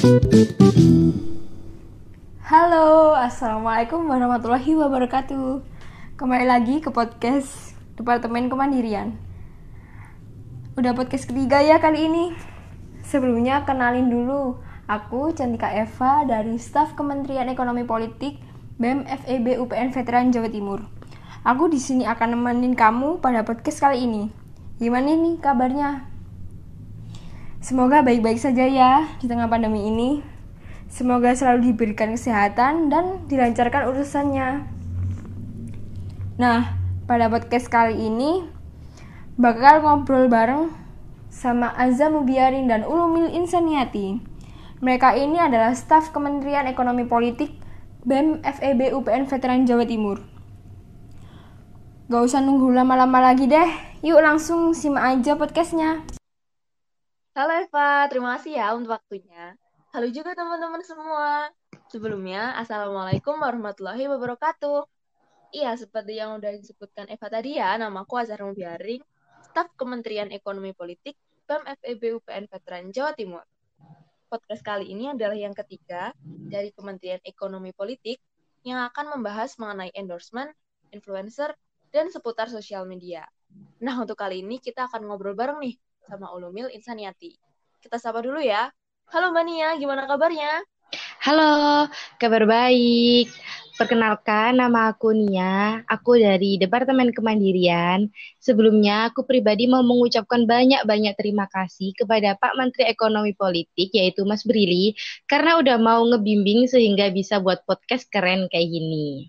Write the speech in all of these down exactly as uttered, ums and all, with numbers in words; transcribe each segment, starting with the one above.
Halo, Assalamualaikum warahmatullahi wabarakatuh. Kembali lagi ke podcast Departemen Kemandirian. Udah podcast ketiga ya kali ini. Sebelumnya kenalin dulu, aku Cantika Eva dari staf Kementerian Ekonomi Politik B E M F E B U P N Veteran Jawa Timur. Aku di sini akan nemenin kamu pada podcast kali ini. Gimana nih kabarnya? Semoga baik-baik saja ya di tengah pandemi ini. Semoga selalu diberikan kesehatan dan dilancarkan urusannya. Nah, pada podcast kali ini bakal ngobrol bareng sama Azza Mubiarin dan Ulumil Insaniati. Mereka ini adalah staf Kementerian Ekonomi Politik B E M F E B U P N Veteran Jawa Timur. Gak usah nunggu lama-lama lagi deh. Yuk langsung simak aja podcastnya. Halo Eva, terima kasih ya untuk waktunya. Halo juga teman-teman semua. Sebelumnya, Assalamualaikum warahmatullahi wabarakatuh. Iya, seperti yang udah disebutkan Eva tadi ya, namaku Azhar Mubiaring, staf Kementerian Ekonomi Politik B E M F E B U P N Veteran Jawa Timur. Podcast kali ini adalah yang ketiga dari Kementerian Ekonomi Politik yang akan membahas mengenai endorsement, influencer, dan seputar sosial media. Nah, untuk kali ini kita akan ngobrol bareng nih sama Ulumil Insaniati. Kita sapa dulu ya. Halo Mbak Nia, gimana kabarnya? Halo, kabar baik. Perkenalkan, nama aku Nia. Aku dari Departemen Kemandirian. Sebelumnya, aku pribadi mau mengucapkan banyak-banyak terima kasih kepada Pak Menteri Ekonomi Politik, yaitu Mas Brili, karena udah mau ngebimbing sehingga bisa buat podcast keren kayak gini.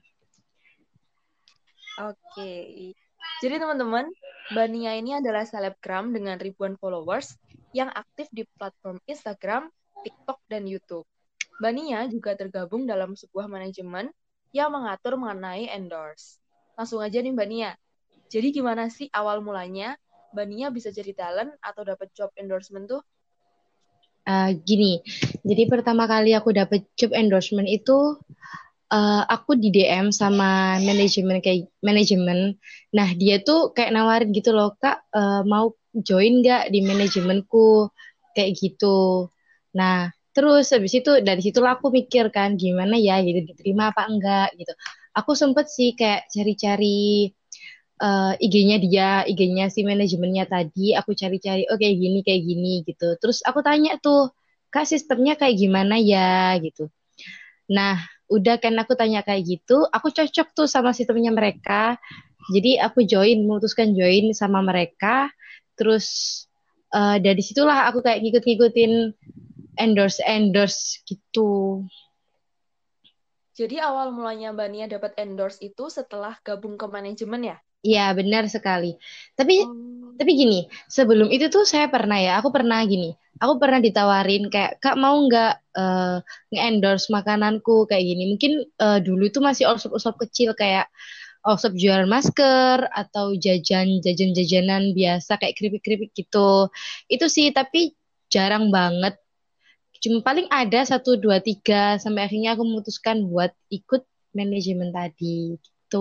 Oke, jadi teman-teman, Mbak Nia ini adalah selebgram dengan ribuan followers yang aktif di platform Instagram, TikTok, dan YouTube. Mbak Nia juga tergabung dalam sebuah manajemen yang mengatur mengenai endorse. Langsung aja nih Mbak Nia, jadi gimana sih awal mulanya Mbak Nia bisa jadi talent atau dapat job endorsement tuh? Uh, gini, jadi pertama kali aku dapet job endorsement itu uh, aku di D M sama manajemen kayak manajemen. Nah dia tuh kayak nawarin gitu loh kak, uh, mau join nggak di manajemenku kayak gitu. Nah terus habis itu dari situlah aku mikir kan gimana ya gitu diterima apa enggak gitu. Aku sempet sih kayak cari-cari uh, I G-nya dia, I G-nya si manajemennya tadi, aku cari-cari, oh kayak gini, kayak gini gitu. Terus aku tanya tuh, Kak sistemnya kayak gimana ya gitu. Nah, udah kan aku tanya kayak gitu, aku cocok tuh sama sistemnya mereka. Jadi aku join, memutuskan join sama mereka. Terus uh, dari situlah aku kayak ngikut-ngikutin endorse-endorse gitu. Jadi awal mulanya Mbak Nia dapat endorse itu setelah gabung ke manajemen ya? Iya, benar sekali. Tapi Oh. tapi gini, sebelum itu tuh saya pernah ya, aku pernah gini. Aku pernah ditawarin kayak, "Kak, mau nggak eh, nge-endorse makananku kayak gini?" Mungkin eh, dulu itu masih osop-osop kecil kayak osop jualan masker atau jajan jajan-jajanan biasa kayak keripik-keripik gitu. Itu sih, tapi jarang banget. Cuma paling ada satu, dua, tiga sampai akhirnya aku memutuskan buat ikut manajemen tadi gitu.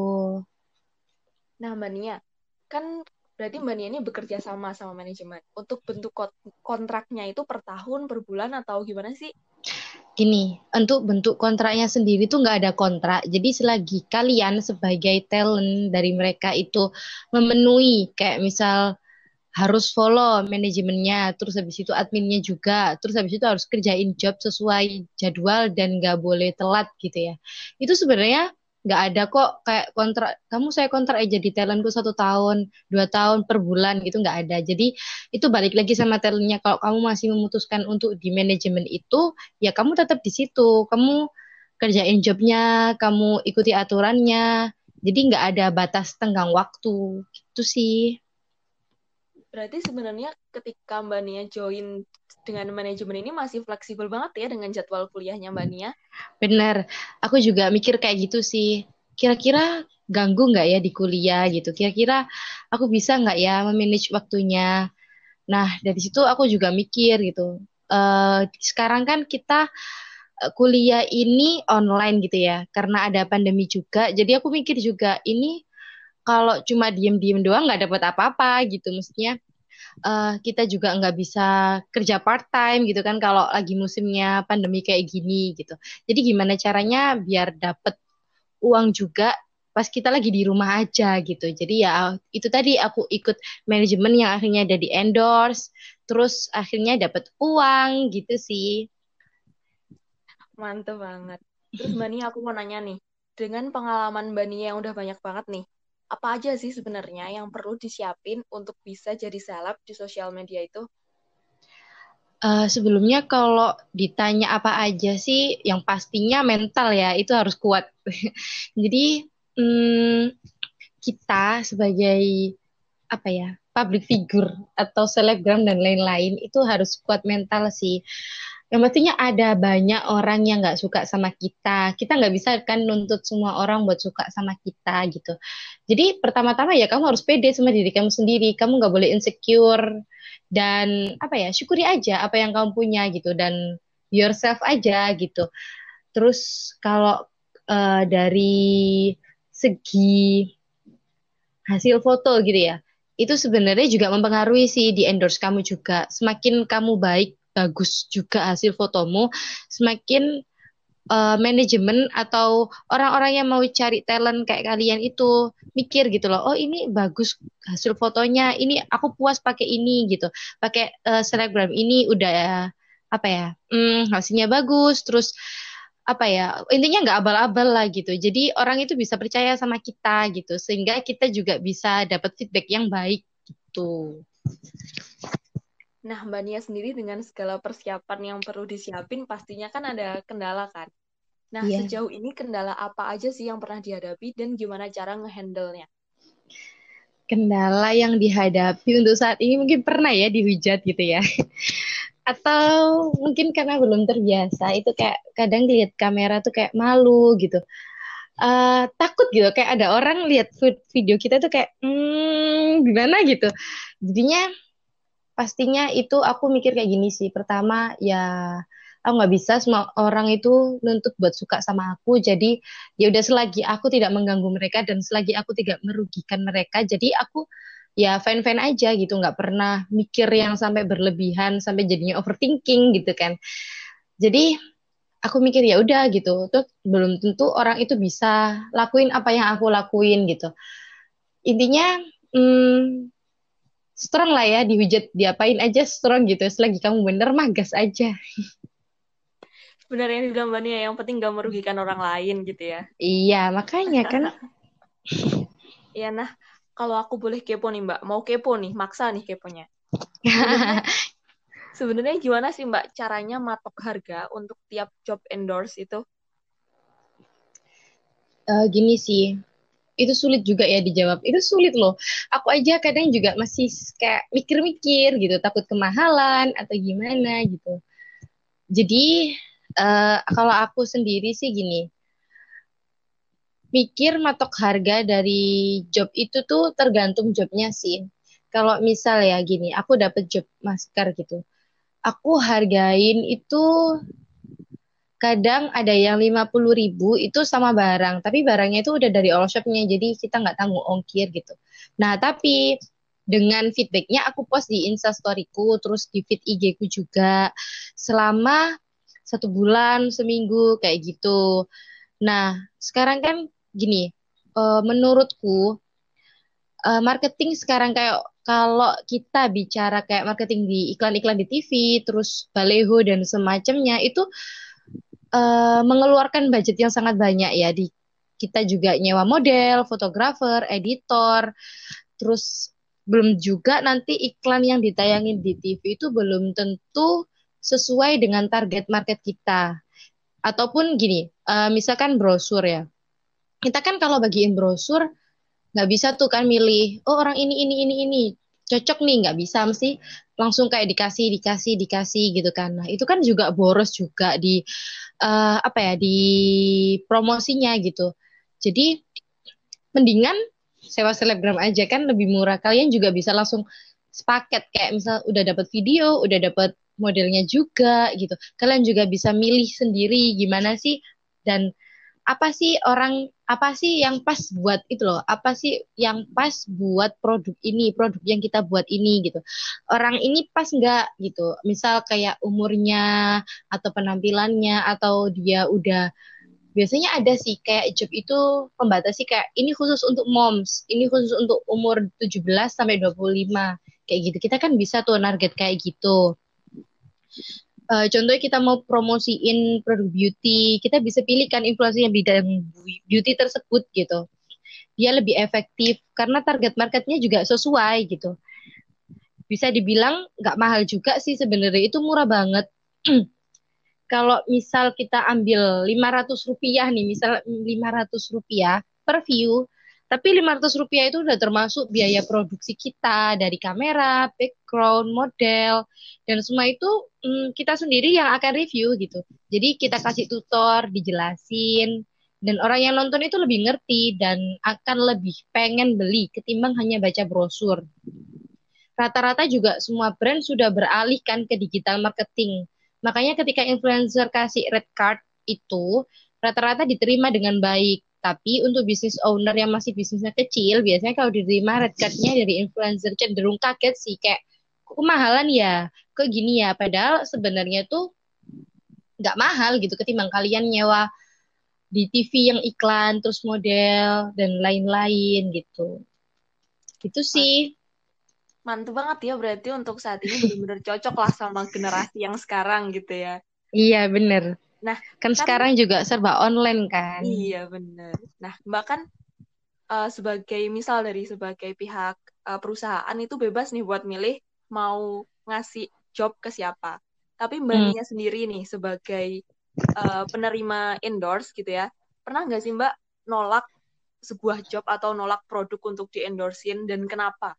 Nah, Mbak Nia, kan berarti Mbak Nia ini bekerja sama sama manajemen. Untuk bentuk kontraknya itu per tahun, per bulan, atau gimana sih? Gini, untuk bentuk kontraknya sendiri tuh nggak ada kontrak. Jadi selagi kalian sebagai talent dari mereka itu memenuhi kayak misal harus follow manajemennya, terus habis itu adminnya juga, terus habis itu harus kerjain job sesuai jadwal dan nggak boleh telat gitu ya. Itu sebenarnya nggak ada kok kayak kontrak, kamu saya kontrak aja di talentku satu tahun, dua tahun per bulan gitu nggak ada. Jadi itu balik lagi sama talentnya. Kalau kamu masih memutuskan untuk di manajemen itu, ya kamu tetap di situ. Kamu kerjain jobnya, kamu ikuti aturannya. Jadi nggak ada batas tenggang waktu gitu sih. Berarti sebenarnya ketika Mbak Nia join dengan manajemen ini masih fleksibel banget ya dengan jadwal kuliahnya Mbak Nia. Bener, aku juga mikir kayak gitu sih. Kira-kira ganggu nggak ya di kuliah gitu? Kira-kira aku bisa nggak ya memanage waktunya? Nah, dari situ aku juga mikir gitu. Eh sekarang kan kita eh, kuliah ini online gitu ya, karena ada pandemi juga. Jadi aku mikir juga ini kalau cuma diem-diem doang nggak dapat apa-apa gitu. Maksudnya eh, kita juga nggak bisa kerja part time gitu kan kalau lagi musimnya pandemi kayak gini gitu. Jadi gimana caranya biar dapet uang juga pas kita lagi di rumah aja gitu. Jadi ya itu tadi aku ikut manajemen yang akhirnya ada di endorse, terus akhirnya dapat uang gitu sih. Mantep banget. Terus Mbak Nia, aku mau nanya nih, dengan pengalaman Mbak Nia yang udah banyak banget nih, apa aja sih sebenarnya yang perlu disiapin untuk bisa jadi seleb di sosial media itu? Eh, sebelumnya kalau ditanya apa aja sih, yang pastinya mental ya itu harus kuat. Jadi hmm, kita sebagai apa ya public figure atau selebgram dan lain-lain itu harus kuat mental sih. Yang pastinya ada banyak orang yang nggak suka sama kita. Kita nggak bisa kan nuntut semua orang buat suka sama kita gitu. Jadi pertama-tama ya kamu harus pede sama diri kamu sendiri. Kamu nggak boleh insecure dan apa ya syukuri aja apa yang kamu punya gitu dan yourself aja gitu. Terus kalau eh, dari segi hasil foto gitu ya. Itu sebenarnya juga mempengaruhi sih di endorse kamu juga. Semakin kamu baik, bagus juga hasil fotomu, semakin eh, manajemen atau orang-orang yang mau cari talent kayak kalian itu mikir gitu loh. Oh, ini bagus hasil fotonya. Ini aku puas pakai ini gitu. Pakai eh, selebgram ini udah apa ya? Hmm, hasilnya bagus, terus apa ya intinya nggak abal-abal lah gitu jadi orang itu bisa percaya sama kita gitu sehingga kita juga bisa dapat feedback yang baik gitu. Nah, Mbak Nia sendiri dengan segala persiapan yang perlu disiapin, pastinya kan ada kendala kan? Nah, Iya, sejauh ini kendala apa aja sih yang pernah dihadapi dan gimana cara ngehandle-nya? kendala yang dihadapi untuk saat ini mungkin pernah ya dihujat gitu ya atau mungkin karena belum terbiasa itu kayak kadang lihat kamera tuh kayak malu gitu. Eh, takut gitu kayak ada orang lihat video kita tuh kayak hmm, gimana gitu jadinya pastinya itu aku mikir kayak gini sih. Pertama, ya aku nggak bisa semua orang itu nuntut buat suka sama aku. Jadi ya udah selagi aku tidak mengganggu mereka dan selagi aku tidak merugikan mereka, jadi aku ya fine-fine aja gitu. Nggak pernah mikir yang sampai berlebihan sampai jadinya overthinking gitu kan. Jadi aku mikir ya udah gitu. Tuh belum tentu orang itu bisa lakuin apa yang aku lakuin gitu. Intinya hmm, strong lah ya dihujat diapain aja strong gitu selagi kamu bener mah gas aja. Sebenarnya yang dibilang Mbak Nia, yang penting gak merugikan orang lain gitu ya. Iya makanya kan. Iya, nah, kalau aku boleh kepo nih Mbak, mau kepo nih, maksa nih keponya. Sebenarnya sebenarnya gimana sih Mbak caranya matok harga untuk tiap job endorse itu? Eh, gini sih itu sulit juga ya dijawab itu sulit loh aku aja kadang juga masih kayak mikir-mikir gitu takut kemahalan atau gimana gitu jadi eh, kalau aku sendiri sih gini mikir matok harga dari job itu tuh tergantung jobnya sih kalau misal ya gini aku dapet job masker gitu aku hargain itu kadang ada yang lima puluh ribu itu sama barang, tapi barangnya itu udah dari all shopnya, jadi kita nggak tanggung ongkir gitu. Nah, tapi dengan feedbacknya aku post di Instastoryku, terus di feed I G ku juga, selama satu bulan, seminggu, kayak gitu. Nah, sekarang kan gini, eh, menurutku eh, marketing sekarang kayak kalau kita bicara kayak marketing di iklan-iklan di T V, terus baleho dan semacamnya, itu eh, mengeluarkan budget yang sangat banyak ya di kita juga nyewa model, fotografer, editor, terus belum juga nanti iklan yang ditayangin di T V itu belum tentu sesuai dengan target market kita. Ataupun gini, eh, misalkan brosur ya. Kita kan kalau bagiin brosur nggak bisa tuh kan milih, oh orang ini ini ini ini cocok nih nggak bisa mesti langsung kayak dikasih dikasih dikasih gitu kan. Nah itu kan juga boros juga di eh, apa ya di promosinya gitu. Jadi mendingan sewa selebgram aja kan lebih murah. Kalian juga bisa langsung sepaket kayak misal udah dapat video, udah dapat modelnya juga gitu. Kalian juga bisa milih sendiri gimana sih dan apa sih orang apa sih yang pas buat itu loh, apa sih yang pas buat produk ini, produk yang kita buat ini gitu. Orang ini pas nggak gitu. Misal kayak umurnya atau penampilannya atau dia udah biasanya ada sih kayak job itu pembatasi kayak ini khusus untuk moms, ini khusus untuk umur tujuh belas sampai dua puluh lima kayak gitu. Kita kan bisa tuh target kayak gitu. Uh, contohnya kita mau promosiin produk beauty, kita bisa pilih kan influencer yang bidang beauty tersebut gitu. Dia lebih efektif karena target marketnya juga sesuai gitu. Bisa dibilang nggak mahal juga sih sebenarnya, itu murah banget. Kalau misal kita ambil lima ratus rupiah nih, misal lima ratus rupiah per view, tapi lima ratus rupiah itu udah termasuk biaya produksi kita dari kamera, background, model, dan semua itu hmm, kita sendiri yang akan review gitu. Jadi kita kasih tutor, dijelasin, dan orang yang nonton itu lebih ngerti dan akan lebih pengen beli ketimbang hanya baca brosur. Rata-rata juga semua brand sudah beralihkan ke digital marketing. Makanya ketika influencer kasih red card itu, rata-rata diterima dengan baik. Tapi untuk bisnis owner yang masih bisnisnya kecil, biasanya kalau diterima red card-nya dari influencer cenderung kaget sih. Kayak, kok kemahalan ya? Kok gini ya? Padahal sebenarnya tuh nggak mahal gitu ketimbang kalian nyewa di T V yang iklan, terus model, dan lain-lain gitu. Itu sih. Mantu banget ya berarti untuk saat ini benar-benar cocok lah sama generasi yang sekarang gitu ya. Iya bener. Nah Kan, kan sekarang juga serba online kan. iya bener. Nah Mbak kan uh, sebagai misal dari sebagai pihak uh, perusahaan itu bebas nih buat milih mau ngasih job ke siapa. Tapi Mbak Hmm. Nia sendiri nih sebagai uh, penerima endorse gitu ya, pernah nggak sih Mbak nolak sebuah job atau nolak produk untuk di-endorsein dan kenapa?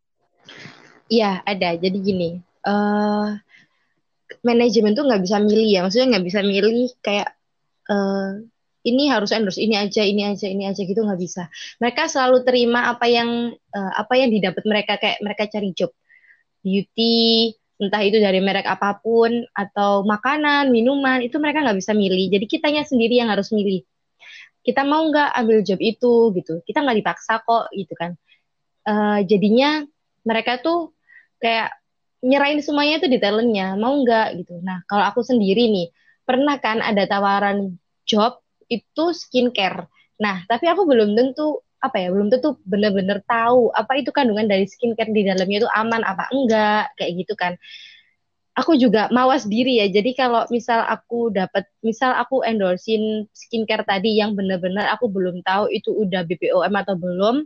Iya, ada. Jadi gini, uh, manajemen tuh nggak bisa milih ya. Maksudnya nggak bisa milih kayak uh, ini harus endorse ini aja, ini aja, ini aja gitu nggak bisa. Mereka selalu terima apa yang uh, apa yang didapat mereka, kayak mereka cari job beauty, entah itu dari merek apapun atau makanan, minuman, itu mereka nggak bisa milih. Jadi kitanya sendiri yang harus milih. Kita mau nggak ambil job itu gitu. Kita nggak dipaksa kok gitu kan. Uh, jadinya mereka tuh kayak nyerahin semuanya itu di talentnya, mau nggak gitu. Nah, kalau aku sendiri nih, pernah kan ada tawaran job itu skincare. Nah, tapi aku belum tentu apa ya, belum tentu bener-bener tahu apa itu kandungan dari skincare di dalamnya itu aman apa enggak, kayak gitu kan. Aku juga mawas diri ya. Jadi kalau misal aku dapat, misal aku endorsein skincare tadi yang bener-bener aku belum tahu itu udah B P O M atau belum,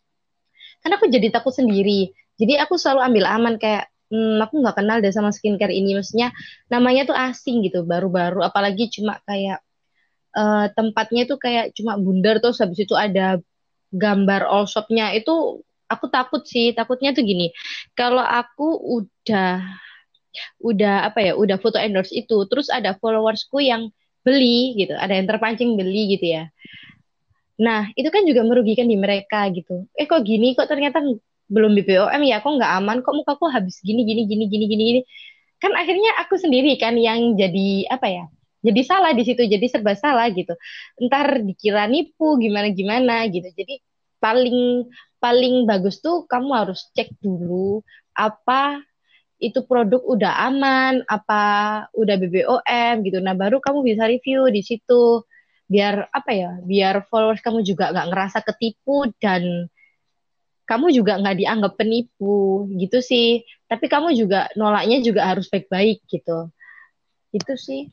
kan aku jadi takut sendiri. Jadi aku selalu ambil aman kayak hmm, aku nggak kenal deh sama skincare ini. Maksudnya namanya tuh asing gitu, baru-baru. Apalagi cuma kayak uh, tempatnya tuh kayak cuma bundar terus habis itu ada gambar all shop-nya. Itu aku takut sih. Takutnya tuh gini. Kalau aku udah udah apa ya, udah foto endorse itu, terus ada followersku yang beli gitu, ada yang terpancing beli gitu ya. Nah, itu kan juga merugikan di mereka gitu. Eh kok gini, kok ternyata belum B P O M ya, kok nggak aman, kok mukaku habis gini, gini, gini, gini, gini, gini. Kan akhirnya aku sendiri kan yang jadi apa ya, jadi salah di situ, jadi serba salah gitu. Ntar dikira nipu, gimana-gimana gitu. Jadi paling paling bagus tuh kamu harus cek dulu apa itu produk udah aman, apa udah B B O M gitu. Nah, baru kamu bisa review di situ. Biar apa ya, biar followers kamu juga nggak ngerasa ketipu dan kamu juga nggak dianggap penipu gitu sih. Tapi kamu juga nolaknya juga harus baik-baik gitu. Itu sih.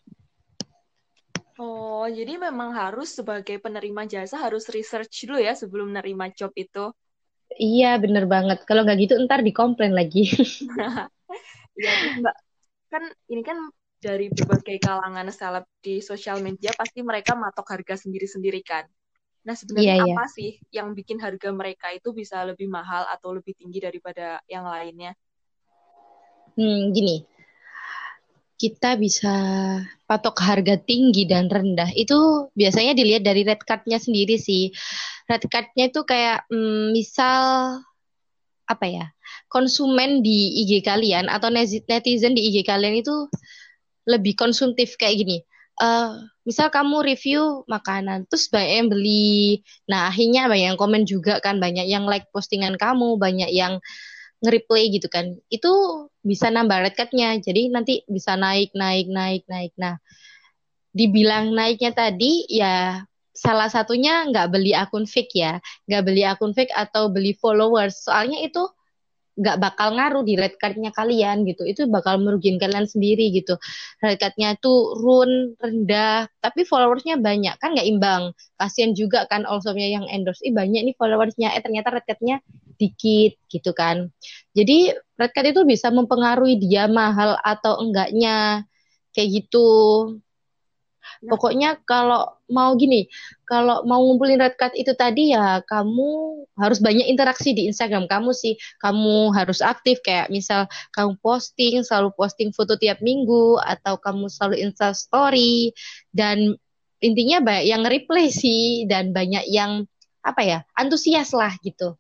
Oh, jadi memang harus sebagai penerima jasa harus research dulu ya sebelum menerima job itu. Iya, bener banget. Kalau nggak gitu ntar dikomplain lagi. Iya, terus Mbak, kan ini kan dari berbagai kalangan seleb di sosial media pasti mereka matok harga sendiri-sendiri kan. Nah, Iya, sebenarnya iya. apa sih yang bikin harga mereka itu bisa lebih mahal atau lebih tinggi daripada yang lainnya? Hmm, gini. Kita bisa patok harga tinggi dan rendah itu biasanya dilihat dari red card-nya sendiri sih. Red card-nya itu kayak mm, misal apa ya, konsumen di I G kalian atau netizen di I G kalian itu lebih konsumtif kayak gini. eh misal kamu review makanan, terus banyak yang beli. Nah, akhirnya banyak yang komen juga kan, banyak yang like postingan kamu, banyak yang nge-replay gitu kan. Itu bisa nambah red card-nya. Jadi nanti bisa naik, naik, naik, naik. Nah, dibilang naiknya tadi ya salah satunya nggak beli akun fake ya. Nggak beli akun fake atau beli followers. Soalnya itu nggak bakal ngaruh di red card-nya kalian gitu. Itu bakal merugikan kalian sendiri gitu. Red card-nya tuh run rendah, tapi followersnya banyak kan nggak imbang. Kasian juga kan also-nya yang endorse. Ih banyak nih followersnya, eh ternyata red card-nya dikit gitu kan. Jadi red card itu bisa mempengaruhi dia mahal atau enggaknya kayak gitu. Nah, Pokoknya kalau mau gini, kalau mau ngumpulin red card itu tadi ya kamu harus banyak interaksi di Instagram kamu sih. Kamu harus aktif kayak misal kamu posting, selalu posting foto tiap minggu atau kamu selalu Insta story dan intinya banyak yang nge-replay sih dan banyak yang apa ya, antusias lah gitu.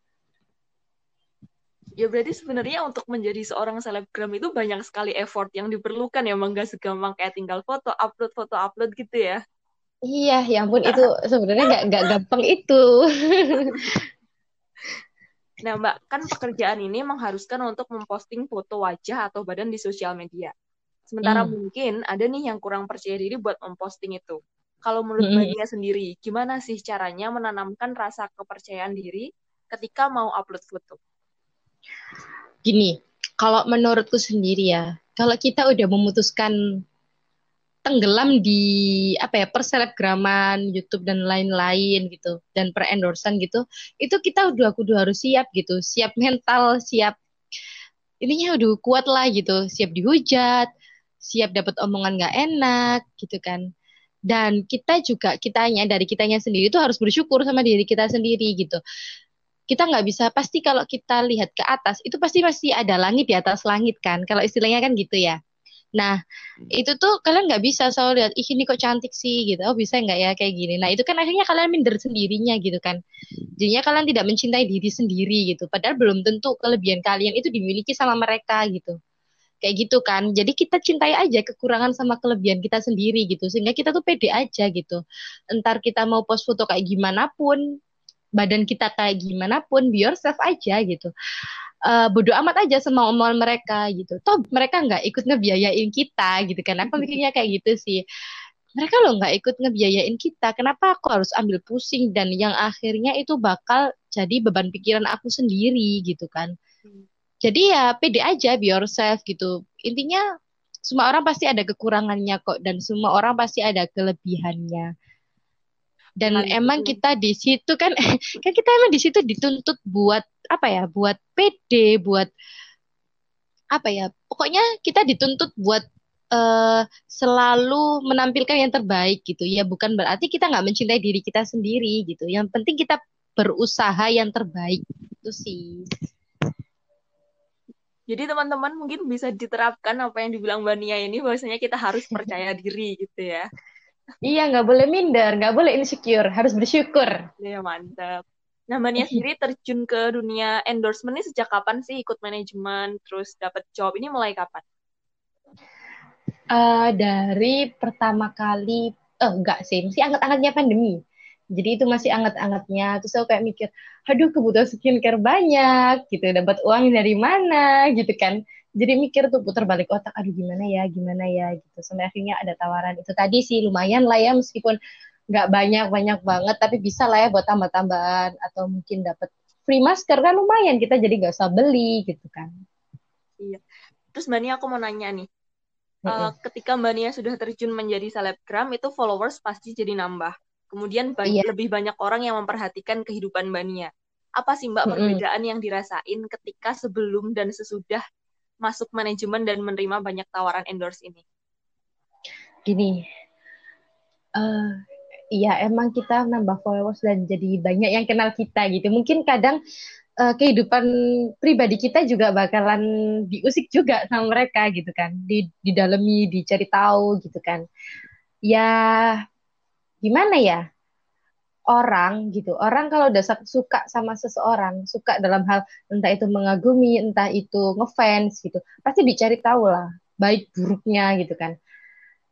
ya berarti sebenarnya untuk menjadi seorang selebgram itu banyak sekali effort yang diperlukan ya, emang gak segampang kayak tinggal foto, upload, foto, upload gitu ya. Iya, ya ampun itu sebenarnya nggak nggak gampang itu. Nah, Mbak, kan pekerjaan ini mengharuskan untuk memposting foto wajah atau badan di sosial media. Sementara Hmm. mungkin ada nih yang kurang percaya diri buat memposting itu. Kalau menurut Mbak Mm-mm. Nia sendiri, gimana sih caranya menanamkan rasa kepercayaan diri ketika mau upload foto? Gini, kalau menurutku sendiri ya, kalau kita udah memutuskan tenggelam di apa ya perselebgraman YouTube dan lain-lain gitu dan per endorsan gitu, itu kita udah kudu harus siap gitu, siap mental, siap ininya udah kuat lah gitu, siap dihujat, siap dapat omongan nggak enak gitu kan. Dan kita juga kitanya dari kitanya sendiri itu harus bersyukur sama diri kita sendiri gitu. Kita nggak bisa pasti kalau kita lihat ke atas itu pasti masih ada langit di atas langit kan. Kalau istilahnya kan gitu ya. Nah, itu tuh kalian nggak bisa selalu lihat, ih ini kok cantik sih gitu. Oh bisa nggak ya kayak gini. Nah itu kan akhirnya kalian minder sendirinya gitu kan. Jadinya kalian tidak mencintai diri sendiri gitu. Padahal belum tentu kelebihan kalian itu dimiliki sama mereka gitu. Kayak gitu kan. Jadi kita cintai aja kekurangan sama kelebihan kita sendiri gitu. Sehingga kita tuh pede aja gitu. Entar kita mau post foto kayak gimana pun, badan kita kayak gimana pun, be yourself aja gitu. Eh bodo amat aja sama omongan mereka gitu. Toh mereka nggak ikut ngebiayain kita gitu kan. Aku mikirnya kayak gitu sih. Mereka loh nggak ikut ngebiayain kita. Kenapa aku harus ambil pusing dan yang akhirnya itu bakal jadi beban pikiran aku sendiri gitu kan. Jadi ya pede aja, be yourself gitu. Intinya semua orang pasti ada kekurangannya kok dan semua orang pasti ada kelebihannya. Dan Mantap emang nih. kita di situ kan kan kita emang di situ dituntut buat apa ya? Buat pede, buat apa ya? Pokoknya kita dituntut buat eh, selalu menampilkan yang terbaik gitu. Ya bukan berarti kita nggak mencintai diri kita sendiri gitu. Yang penting kita berusaha yang terbaik itu sih. Jadi teman-teman mungkin bisa diterapkan apa yang dibilang Mbak Nia ini, bahwasanya kita harus percaya diri gitu ya. Iya, nggak boleh minder, nggak boleh insecure, harus bersyukur. Ya, mantap. Nah, Mbak Nia sendiri terjun ke dunia endorsement ini sejak kapan sih ikut manajemen, terus dapat job ini mulai kapan? Eh, dari pertama kali, eh enggak sih, masih anget-angetnya pandemi. Jadi itu masih anget-angetnya. Terus aku kayak mikir, aduh kebutuhan skincare banyak, gitu. Dapat uang dari mana, gitu kan. Jadi mikir tuh putar balik otak, aduh gimana ya, gimana ya, gitu. Sampai akhirnya ada tawaran itu tadi sih, lumayan lah ya, meskipun nggak banyak-banyak banget, tapi bisa lah ya buat tambah-tambahan. Atau mungkin dapat free masker kan lumayan, kita jadi nggak usah beli, gitu kan. Iya. Terus Mbak Nia aku mau nanya nih, eh, Mm-mm. ketika Mbak Nia sudah terjun menjadi selebgram, itu followers pasti jadi nambah. Kemudian ba- Iya. lebih banyak orang yang memperhatikan kehidupan Mbak Nia. Apa sih Mbak Mm-mm. perbedaan yang dirasain ketika sebelum dan sesudah masuk manajemen dan menerima banyak tawaran endorse ini? Gini, eh iya emang kita nambah followers dan jadi banyak yang kenal kita gitu. Mungkin kadang eh, kehidupan pribadi kita juga bakalan diusik juga sama mereka gitu kan. Di didalami, dicari tahu gitu kan. Ya gimana ya? Orang gitu. Orang kalau udah suka sama seseorang, suka dalam hal entah itu mengagumi, entah itu ngefans gitu, pasti dicari tahu lah baik buruknya gitu kan.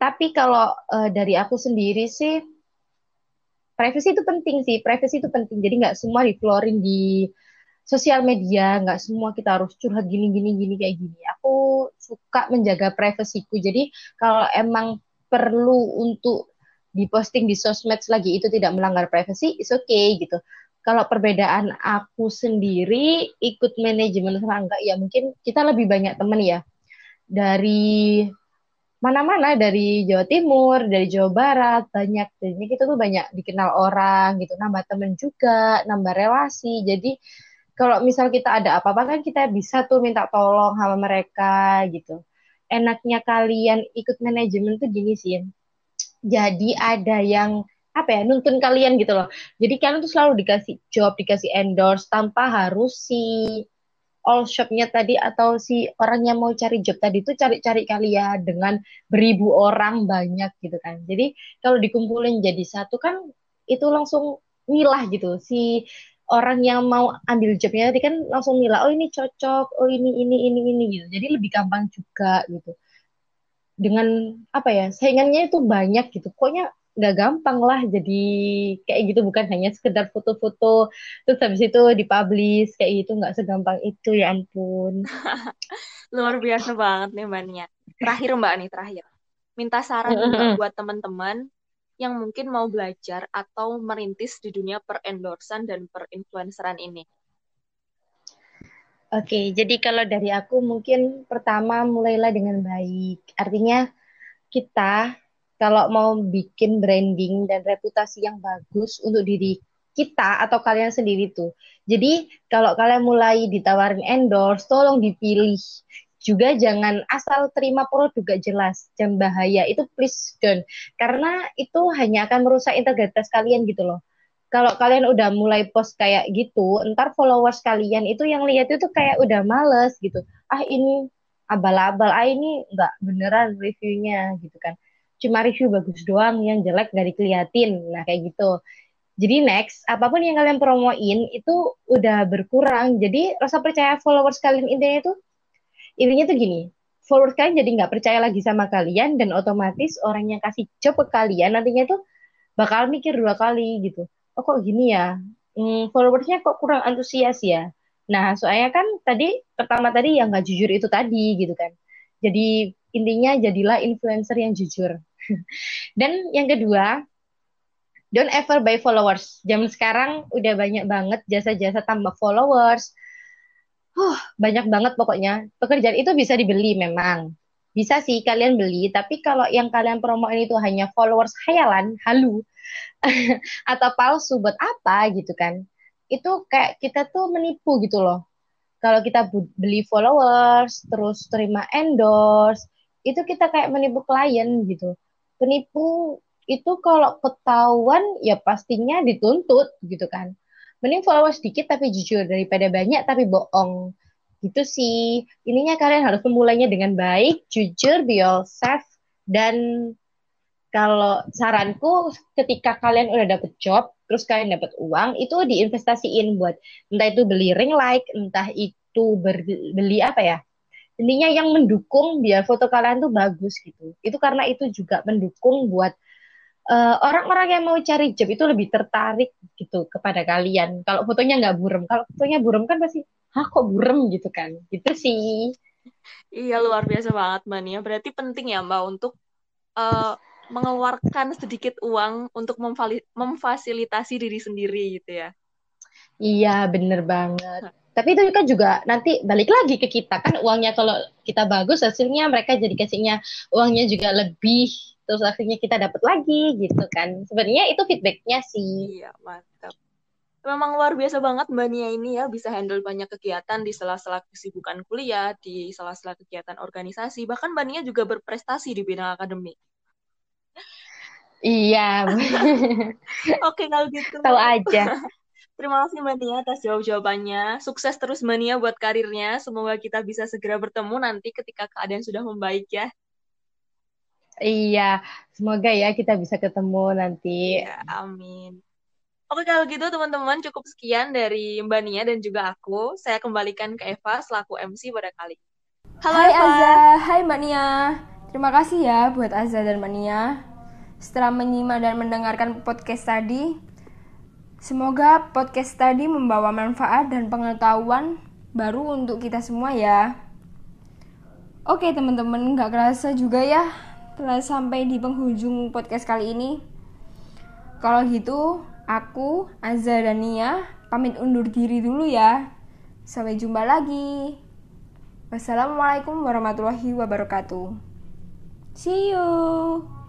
Tapi kalau uh, dari aku sendiri sih, privacy itu penting sih. Privacy itu penting. Jadi nggak semua diflorin di sosial media, nggak semua kita harus curhat gini gini gini kayak gini. Aku suka menjaga privasiku. Jadi kalau emang perlu untuk diposting di sosmed lagi itu tidak melanggar privasi, it's okay gitu. Kalau perbedaan aku sendiri ikut manajemen sama enggak, ya mungkin kita lebih banyak temen ya dari mana-mana, dari Jawa Timur, dari Jawa Barat, banyak. Jadi kita tuh banyak dikenal orang gitu, nambah temen juga, nambah relasi. Jadi kalau misal kita ada apa-apa kan kita bisa tuh minta tolong sama mereka gitu. Enaknya kalian ikut manajemen tuh gini sih. Jadi ada yang apa ya, nuntun kalian gitu loh. Jadi kalian tuh selalu dikasih job, dikasih endorse tanpa harus si all shopnya tadi atau si orang yang mau cari job tadi tuh cari-cari kalian dengan beribu orang banyak gitu kan. Jadi kalau dikumpulin jadi satu kan itu langsung milah gitu. Si orang yang mau ambil jobnya tadi kan langsung milah, oh ini cocok, oh ini ini ini ini gitu. Jadi lebih gampang juga gitu. Dengan apa ya, saingannya itu banyak gitu. Pokoknya nggak gampang lah jadi kayak gitu, bukan hanya sekedar foto-foto terus habis itu dipublish kayak gitu, nggak segampang itu, ya ampun. Luar biasa banget nih Mbak Nia. Terakhir Mbak nih, terakhir. Minta saran nih Mbak buat teman-teman yang mungkin mau belajar atau merintis di dunia per-endorsan dan per-influenceran ini. Oke, jadi kalau dari aku mungkin pertama mulailah dengan baik. Artinya kita kalau mau bikin branding dan reputasi yang bagus untuk diri kita atau kalian sendiri tuh. Jadi kalau kalian mulai ditawarin endorse, tolong dipilih. Juga jangan asal terima produk gak jelas, jam bahaya itu please don't. Karena itu hanya akan merusak integritas kalian gitu loh. Kalau kalian udah mulai post kayak gitu, ntar followers kalian itu yang lihat itu kayak udah males gitu. Ah ini abal-abal, ah ini nggak beneran reviewnya gitu kan. Cuma review bagus doang, yang jelek nggak dikeliatin. Nah kayak gitu. Jadi next, apapun yang kalian promoin itu udah berkurang. Jadi rasa percaya followers kalian intinya itu, intinya tuh gini. Followers kalian jadi nggak percaya lagi sama kalian dan otomatis orang yang kasih job ke kalian nantinya tuh bakal mikir dua kali gitu. Oh kok gini ya? Hmm, followersnya kok kurang antusias ya? Nah, soalnya kan tadi pertama tadi yang nggak jujur itu tadi gitu kan. Jadi intinya jadilah influencer yang jujur. Dan yang kedua, don't ever buy followers. Zaman sekarang udah banyak banget jasa-jasa tambah followers. Huh, banyak banget pokoknya. Pekerjaan itu bisa dibeli memang. Bisa sih kalian beli, tapi kalau yang kalian promoin itu hanya followers khayalan, halu, atau palsu buat apa gitu kan. Itu kayak kita tuh menipu gitu loh. Kalau kita beli followers, terus terima endorse, itu kita kayak menipu klien gitu. Penipu itu kalau ketahuan ya pastinya dituntut gitu kan. Mending followers sedikit tapi jujur daripada banyak tapi bohong. Gitu sih. Ininya kalian harus memulainya dengan baik, jujur, be yourself, dan kalau saranku ketika kalian udah dapet job, terus kalian dapet uang, itu diinvestasiin buat entah itu beli ring light, entah itu ber- beli apa ya. Intinya yang mendukung biar foto kalian tuh bagus gitu. Itu karena itu juga mendukung buat eh, orang-orang yang mau cari job itu lebih tertarik gitu kepada kalian. Kalau fotonya nggak burem, kalau fotonya burem kan pasti, hah kok burem gitu kan. Gitu sih. Iya, luar biasa banget Mbak Nia. Berarti penting ya Mbak untuk eh, mengeluarkan sedikit uang untuk memfali- memfasilitasi diri sendiri gitu ya. Iya, bener banget. Tapi itu kan juga nanti balik lagi ke kita kan, uangnya kalau kita bagus hasilnya mereka jadi kasihnya uangnya juga lebih, terus akhirnya kita dapat lagi gitu kan. Sebenarnya itu feedbacknya sih. Iya, mantap. Memang luar biasa banget Mbak Nia ini ya, bisa handle banyak kegiatan di sela-sela kesibukan kuliah, di sela-sela kegiatan organisasi, bahkan Mbak Nia juga berprestasi di bidang akademik. Iya, Oke, kalau gitu. tahu aja. Terima kasih Mbak Nia atas jawab-jawabannya. Sukses terus Mbak Nia buat karirnya. Semoga kita bisa segera bertemu nanti ketika keadaan sudah membaik ya. Iya, semoga ya kita bisa ketemu nanti. Iya, amin. Oke, kalau gitu teman-teman cukup sekian dari Mbak Nia dan juga aku. Saya kembalikan ke Eva selaku M C pada kali ini. Halo Hai Eva. Aza, hai Mbak Nia. Terima kasih ya buat Azza dan Mania setelah menyimak dan mendengarkan podcast tadi. Semoga podcast tadi membawa manfaat dan pengetahuan baru untuk kita semua ya. Oke teman-teman, gak kerasa juga ya telah sampai di penghujung podcast kali ini. Kalau gitu, aku, Azza dan Nia pamit undur diri dulu ya. Sampai jumpa lagi. Wassalamualaikum warahmatullahi wabarakatuh. See you.